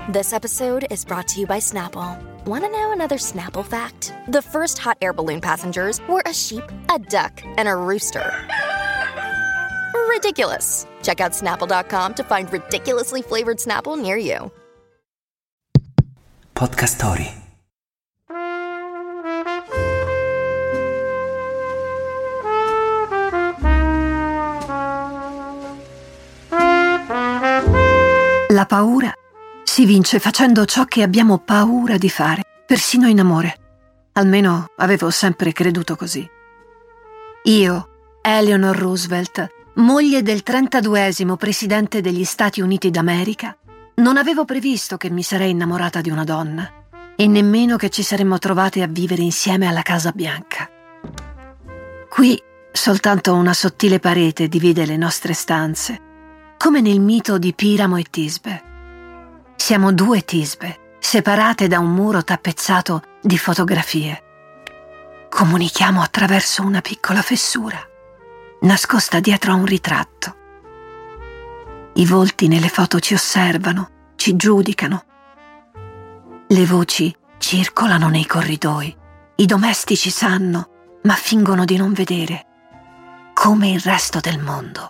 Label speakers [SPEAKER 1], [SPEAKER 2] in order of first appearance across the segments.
[SPEAKER 1] This episode is brought to you by Snapple. Want to know another Snapple fact? The first hot air balloon passengers were a sheep, a duck, and a rooster. Ridiculous. Check out Snapple.com to find ridiculously flavored Snapple near you.
[SPEAKER 2] Podcast Story.
[SPEAKER 3] La paura si vince facendo ciò che abbiamo paura di fare, persino in amore. Almeno avevo sempre creduto così. Io, Eleanor Roosevelt, moglie del 32esimo presidente degli Stati Uniti d'America, non avevo previsto che mi sarei innamorata di una donna e nemmeno che ci saremmo trovate a vivere insieme alla Casa Bianca. Qui soltanto una sottile parete divide le nostre stanze, come nel mito di Piramo e Tisbe. Siamo due Tisbe, separate da un muro tappezzato di fotografie. Comunichiamo attraverso una piccola fessura, nascosta dietro a un ritratto. I volti nelle foto ci osservano, ci giudicano. Le voci circolano nei corridoi. I domestici sanno, ma fingono di non vedere, come il resto del mondo.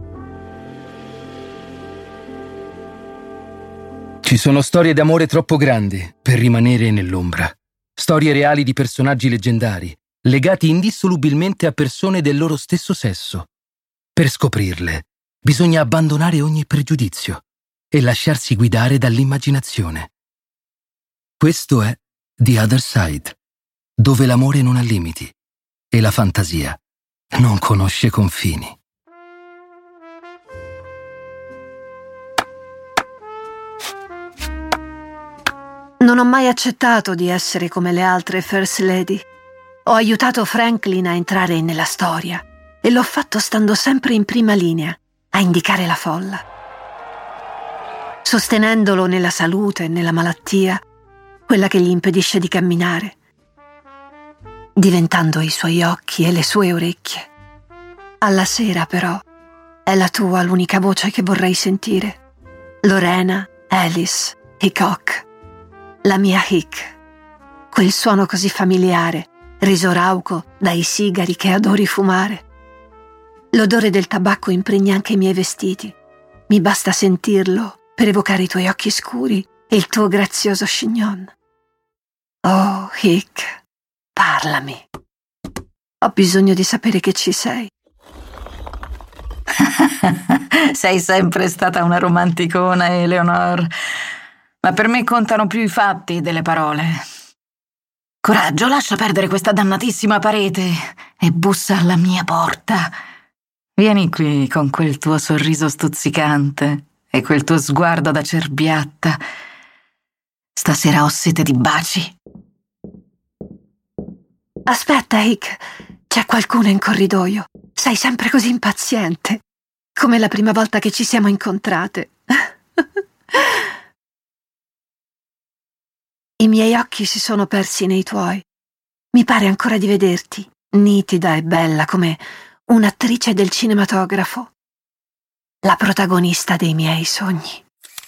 [SPEAKER 4] Ci sono storie d'amore troppo grandi per rimanere nell'ombra. Storie reali di personaggi leggendari, legati indissolubilmente a persone del loro stesso sesso. Per scoprirle, bisogna abbandonare ogni pregiudizio e lasciarsi guidare dall'immaginazione. Questo è The Other Side, dove l'amore non ha limiti e la fantasia non conosce confini.
[SPEAKER 3] Non ho mai accettato di essere come le altre First Lady. Ho aiutato Franklin a entrare nella storia e l'ho fatto stando sempre in prima linea, a indicare la folla. Sostenendolo nella salute e nella malattia, quella che gli impedisce di camminare. Diventando i suoi occhi e le sue orecchie. Alla sera, però, è la tua l'unica voce che vorrei sentire. Lorena, Alice, Hickok. La mia Hick, quel suono così familiare, reso rauco dai sigari che adori fumare. L'odore del tabacco impregna anche i miei vestiti. Mi basta sentirlo per evocare i tuoi occhi scuri e il tuo grazioso chignon. Oh, Hick, parlami. Ho bisogno di sapere che ci sei.
[SPEAKER 5] Sei sempre stata una romanticona, Eleanor. Ma per me contano più i fatti delle parole. Coraggio, lascia perdere questa dannatissima parete e bussa alla mia porta. Vieni qui con quel tuo sorriso stuzzicante e quel tuo sguardo da cerbiatta. Stasera ho sete di baci.
[SPEAKER 3] Aspetta, Hick, c'è qualcuno in corridoio. Sei sempre così impaziente, come la prima volta che ci siamo incontrate. I miei occhi si sono persi nei tuoi. Mi pare ancora di vederti, nitida e bella come un'attrice del cinematografo, la protagonista dei miei sogni.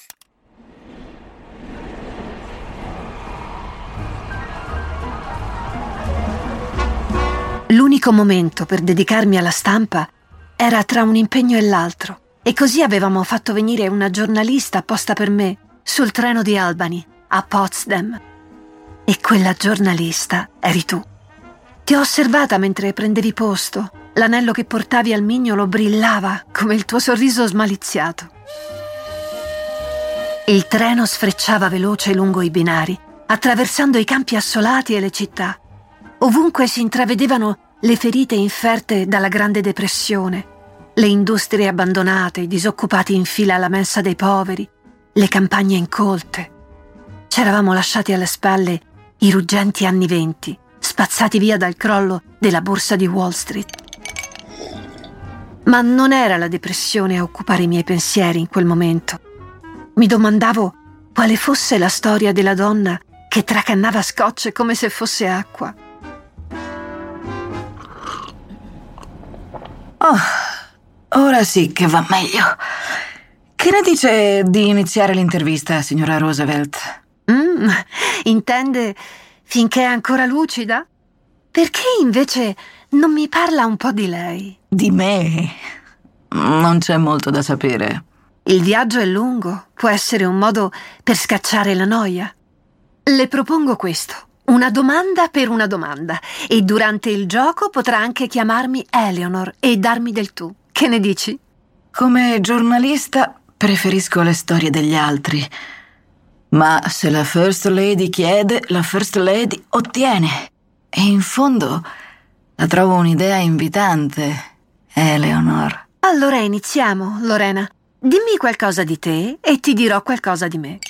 [SPEAKER 3] L'unico momento per dedicarmi alla stampa era tra un impegno e l'altro, e così avevamo fatto venire una giornalista apposta per me sul treno di Albany a Potsdam. E quella giornalista eri tu. Ti ho osservata mentre prendevi posto. L'anello che portavi al mignolo brillava come il tuo sorriso smaliziato. Il treno sfrecciava veloce lungo i binari, attraversando i campi assolati e le città. Ovunque si intravedevano le ferite inferte dalla Grande Depressione, le industrie abbandonate, i disoccupati in fila alla mensa dei poveri, le campagne incolte. C'eravamo lasciati alle spalle i ruggenti anni '20, spazzati via dal crollo della borsa di Wall Street. Ma non era la depressione a occupare i miei pensieri in quel momento. Mi domandavo quale fosse la storia della donna che tracannava scotch come se fosse acqua.
[SPEAKER 5] Oh, ora sì che va meglio. Che ne dice di iniziare l'intervista, signora Roosevelt?
[SPEAKER 3] Intende finché è ancora lucida? Perché invece non mi parla un po' di lei?
[SPEAKER 5] Di me? Non c'è molto da sapere.
[SPEAKER 3] Il viaggio è lungo, può essere un modo per scacciare la noia. Le propongo questo, una domanda per una domanda, e durante il gioco potrà anche chiamarmi Eleanor e darmi del tu. Che ne dici?
[SPEAKER 5] Come giornalista preferisco le storie degli altri, ma se la First Lady chiede, la First Lady ottiene. E in fondo la trovo un'idea invitante, Eleanor.
[SPEAKER 3] Allora iniziamo, Lorena. Dimmi qualcosa di te e ti dirò qualcosa di me.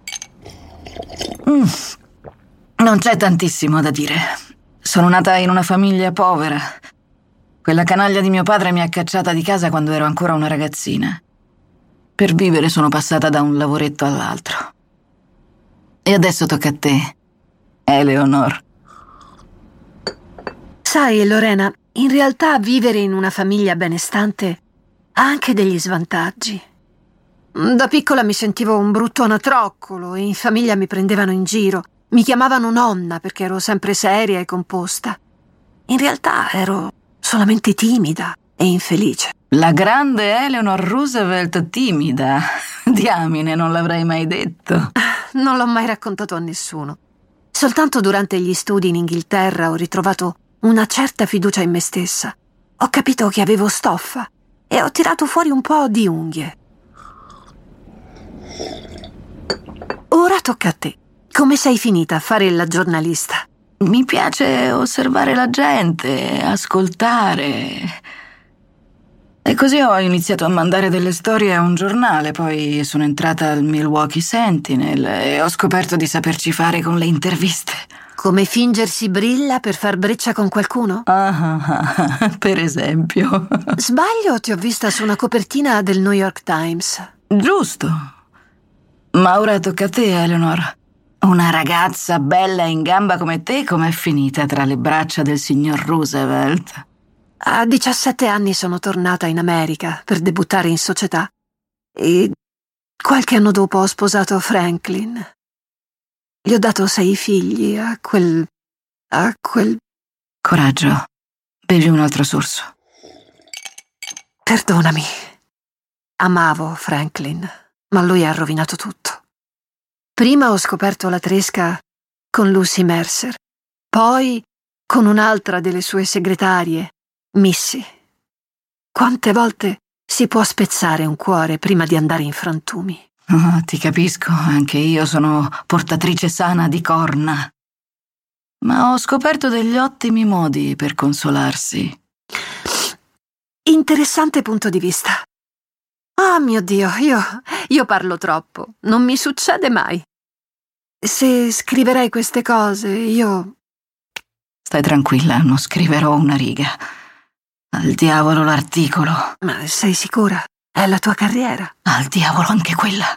[SPEAKER 5] Non c'è tantissimo da dire. Sono nata in una famiglia povera. Quella canaglia di mio padre mi ha cacciata di casa quando ero ancora una ragazzina. Per vivere sono passata da un lavoretto all'altro. E adesso tocca a te, Eleanor.
[SPEAKER 3] Sai, Lorena, in realtà vivere in una famiglia benestante ha anche degli svantaggi. Da piccola mi sentivo un brutto anatroccolo e in famiglia mi prendevano in giro. Mi chiamavano nonna perché ero sempre seria e composta. In realtà ero solamente timida e infelice.
[SPEAKER 5] La grande Eleanor Roosevelt timida. Diamine, non l'avrei mai detto.
[SPEAKER 3] Non l'ho mai raccontato a nessuno. Soltanto durante gli studi in Inghilterra ho ritrovato una certa fiducia in me stessa. Ho capito che avevo stoffa e ho tirato fuori un po' di unghie. Ora tocca a te. Come sei finita a fare la giornalista?
[SPEAKER 5] Mi piace osservare la gente, ascoltare. E così ho iniziato a mandare delle storie a un giornale, poi sono entrata al Milwaukee Sentinel e ho scoperto di saperci fare con le interviste.
[SPEAKER 3] Come fingersi brilla per far breccia con qualcuno?
[SPEAKER 5] Per esempio.
[SPEAKER 3] Sbaglio, ti ho vista su una copertina del New York Times.
[SPEAKER 5] Giusto. Ma ora tocca a te, Eleanor. Una ragazza bella e in gamba come te, com'è finita tra le braccia del signor Roosevelt?
[SPEAKER 3] A 17 anni sono tornata in America per debuttare in società e qualche anno dopo ho sposato Franklin. Gli ho dato 6 figli a quel...
[SPEAKER 5] Coraggio, bevi un altro sorso.
[SPEAKER 3] Perdonami. Amavo Franklin, ma lui ha rovinato tutto. Prima ho scoperto la tresca con Lucy Mercer, poi con un'altra delle sue segretarie, Missy. Quante volte si può spezzare un cuore prima di andare in frantumi?
[SPEAKER 5] Oh, ti capisco, anche io sono portatrice sana di corna. Ma ho scoperto degli ottimi modi per consolarsi.
[SPEAKER 3] Interessante punto di vista. Oh mio Dio, io parlo troppo, non mi succede mai. Se scriverei queste cose, io...
[SPEAKER 5] Stai tranquilla, non scriverò una riga. Al diavolo l'articolo.
[SPEAKER 3] Ma sei sicura? È la tua carriera.
[SPEAKER 5] Al diavolo anche quella.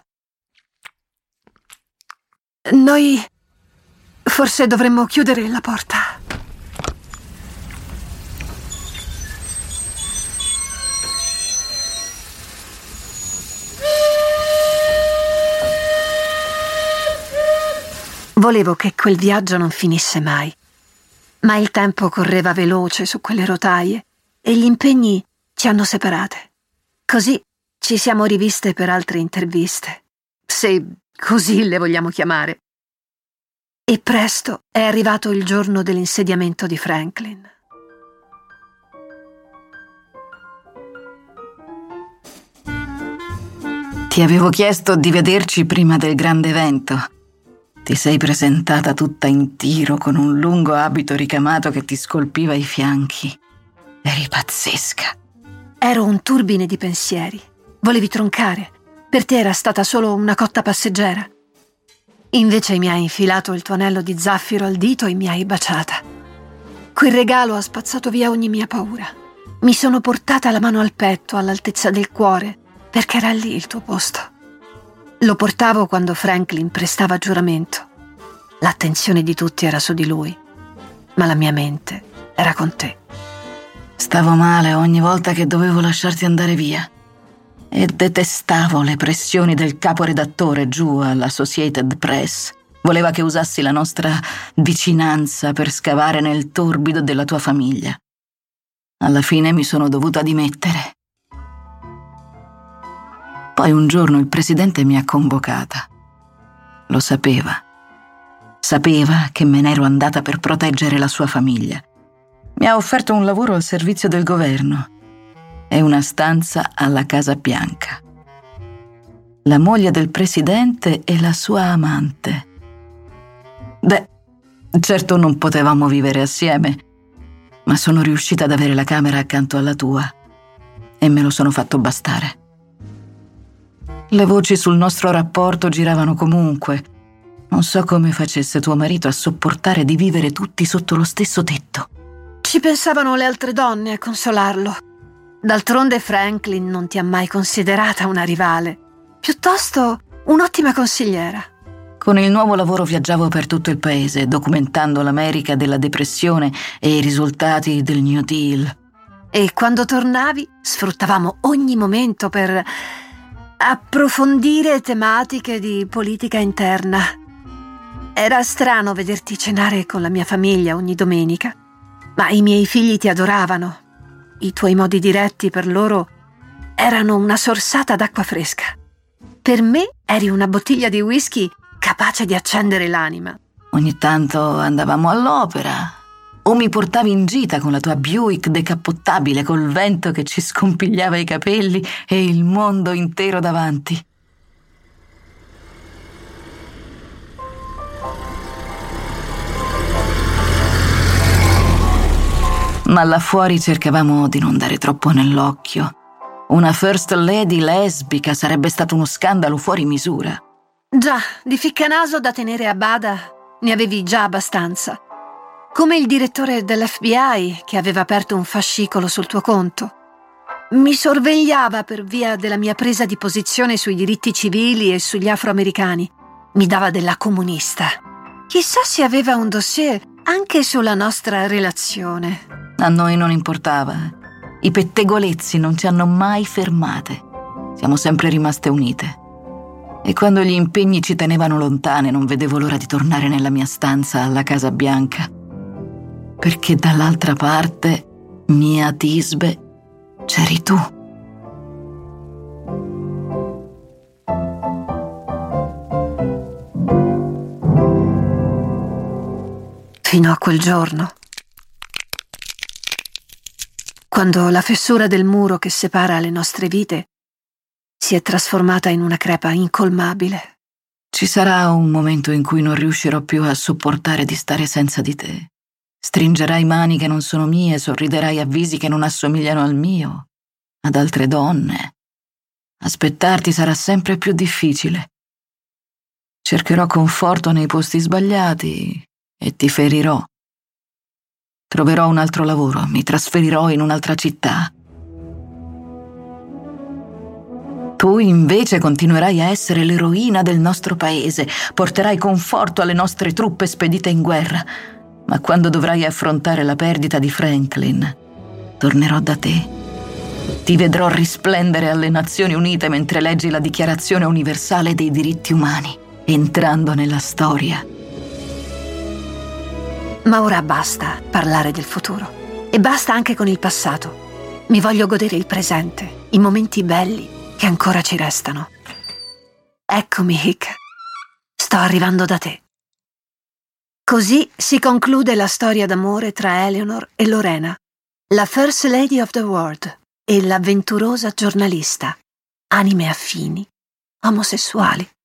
[SPEAKER 3] Noi forse dovremmo chiudere la porta. Volevo che quel viaggio non finisse mai, ma il tempo correva veloce su quelle rotaie e gli impegni ci hanno separate. Così ci siamo riviste per altre interviste, se così le vogliamo chiamare. E presto è arrivato il giorno dell'insediamento di Franklin.
[SPEAKER 5] Ti avevo chiesto di vederci prima del grande evento. Ti sei presentata tutta in tiro con un lungo abito ricamato che ti scolpiva i fianchi. Eri pazzesca.
[SPEAKER 3] Ero un turbine di pensieri. Volevi troncare. Per te era stata solo una cotta passeggera. Invece mi hai infilato il tuo anello di zaffiro al dito e mi hai baciata. Quel regalo ha spazzato via ogni mia paura. Mi sono portata la mano al petto, all'altezza del cuore, perché era lì il tuo posto. Lo portavo quando Franklin prestava giuramento. L'attenzione di tutti era su di lui, ma la mia mente era con te.
[SPEAKER 5] Stavo male ogni volta che dovevo lasciarti andare via. e detestavo le pressioni del caporedattore giù all'Associated Press. Voleva che usassi la nostra vicinanza per scavare nel torbido della tua famiglia. Alla fine mi sono dovuta dimettere. Poi un giorno il presidente mi ha convocata. Lo sapeva. Sapeva che me n'ero andata per proteggere la sua famiglia. Mi ha offerto un lavoro al servizio del governo e una stanza alla Casa Bianca. La moglie del presidente e la sua amante. Beh, certo non potevamo vivere assieme, ma sono riuscita ad avere la camera accanto alla tua e me lo sono fatto bastare. Le voci sul nostro rapporto giravano comunque. Non so come facesse tuo marito a sopportare di vivere tutti sotto lo stesso tetto.
[SPEAKER 3] Ci pensavano le altre donne a consolarlo. D'altronde Franklin non ti ha mai considerata una rivale, piuttosto un'ottima consigliera.
[SPEAKER 5] Con il nuovo lavoro viaggiavo per tutto il paese, documentando l'America della depressione e i risultati del New Deal.
[SPEAKER 3] E quando tornavi, sfruttavamo ogni momento per approfondire tematiche di politica interna. Era strano vederti cenare con la mia famiglia ogni domenica, ma i miei figli ti adoravano. I tuoi modi diretti per loro erano una sorsata d'acqua fresca. Per me eri una bottiglia di whisky capace di accendere l'anima.
[SPEAKER 5] Ogni tanto andavamo all'opera o mi portavi in gita con la tua Buick decappottabile col vento che ci scompigliava i capelli e il mondo intero davanti. Ma là fuori cercavamo di non dare troppo nell'occhio. Una first lady lesbica sarebbe stato uno scandalo fuori misura.
[SPEAKER 3] Già, di ficcanaso da tenere a bada ne avevi già abbastanza. Come il direttore dell'FBI che aveva aperto un fascicolo sul tuo conto. Mi sorvegliava per via della mia presa di posizione sui diritti civili e sugli afroamericani. Mi dava della comunista. Chissà se aveva un dossier anche sulla nostra relazione.
[SPEAKER 5] A noi non importava. I pettegolezzi non ci hanno mai fermate. Siamo sempre rimaste unite. E quando gli impegni ci tenevano lontane, non vedevo l'ora di tornare nella mia stanza alla Casa Bianca. Perché dall'altra parte, mia Tisbe, c'eri tu.
[SPEAKER 3] Fino a quel giorno. Quando la fessura del muro che separa le nostre vite si è trasformata in una crepa incolmabile.
[SPEAKER 5] Ci sarà un momento in cui non riuscirò più a sopportare di stare senza di te. Stringerai mani che non sono mie, sorriderai a visi che non assomigliano al mio, ad altre donne. Aspettarti sarà sempre più difficile. Cercherò conforto nei posti sbagliati e ti ferirò. Troverò un altro lavoro, mi trasferirò in un'altra città. Tu invece continuerai a essere l'eroina del nostro paese, porterai conforto alle nostre truppe spedite in guerra. Ma quando dovrai affrontare la perdita di Franklin, tornerò da te. Ti vedrò risplendere alle Nazioni Unite mentre leggi la Dichiarazione Universale dei Diritti Umani, entrando nella storia.
[SPEAKER 3] Ma ora basta parlare del futuro. E basta anche con il passato. Mi voglio godere il presente, i momenti belli che ancora ci restano. Eccomi, Hick. Sto arrivando da te. Così si conclude la storia d'amore tra Eleanor e Lorena, la First Lady of the World e l'avventurosa giornalista, anime affini, omosessuali.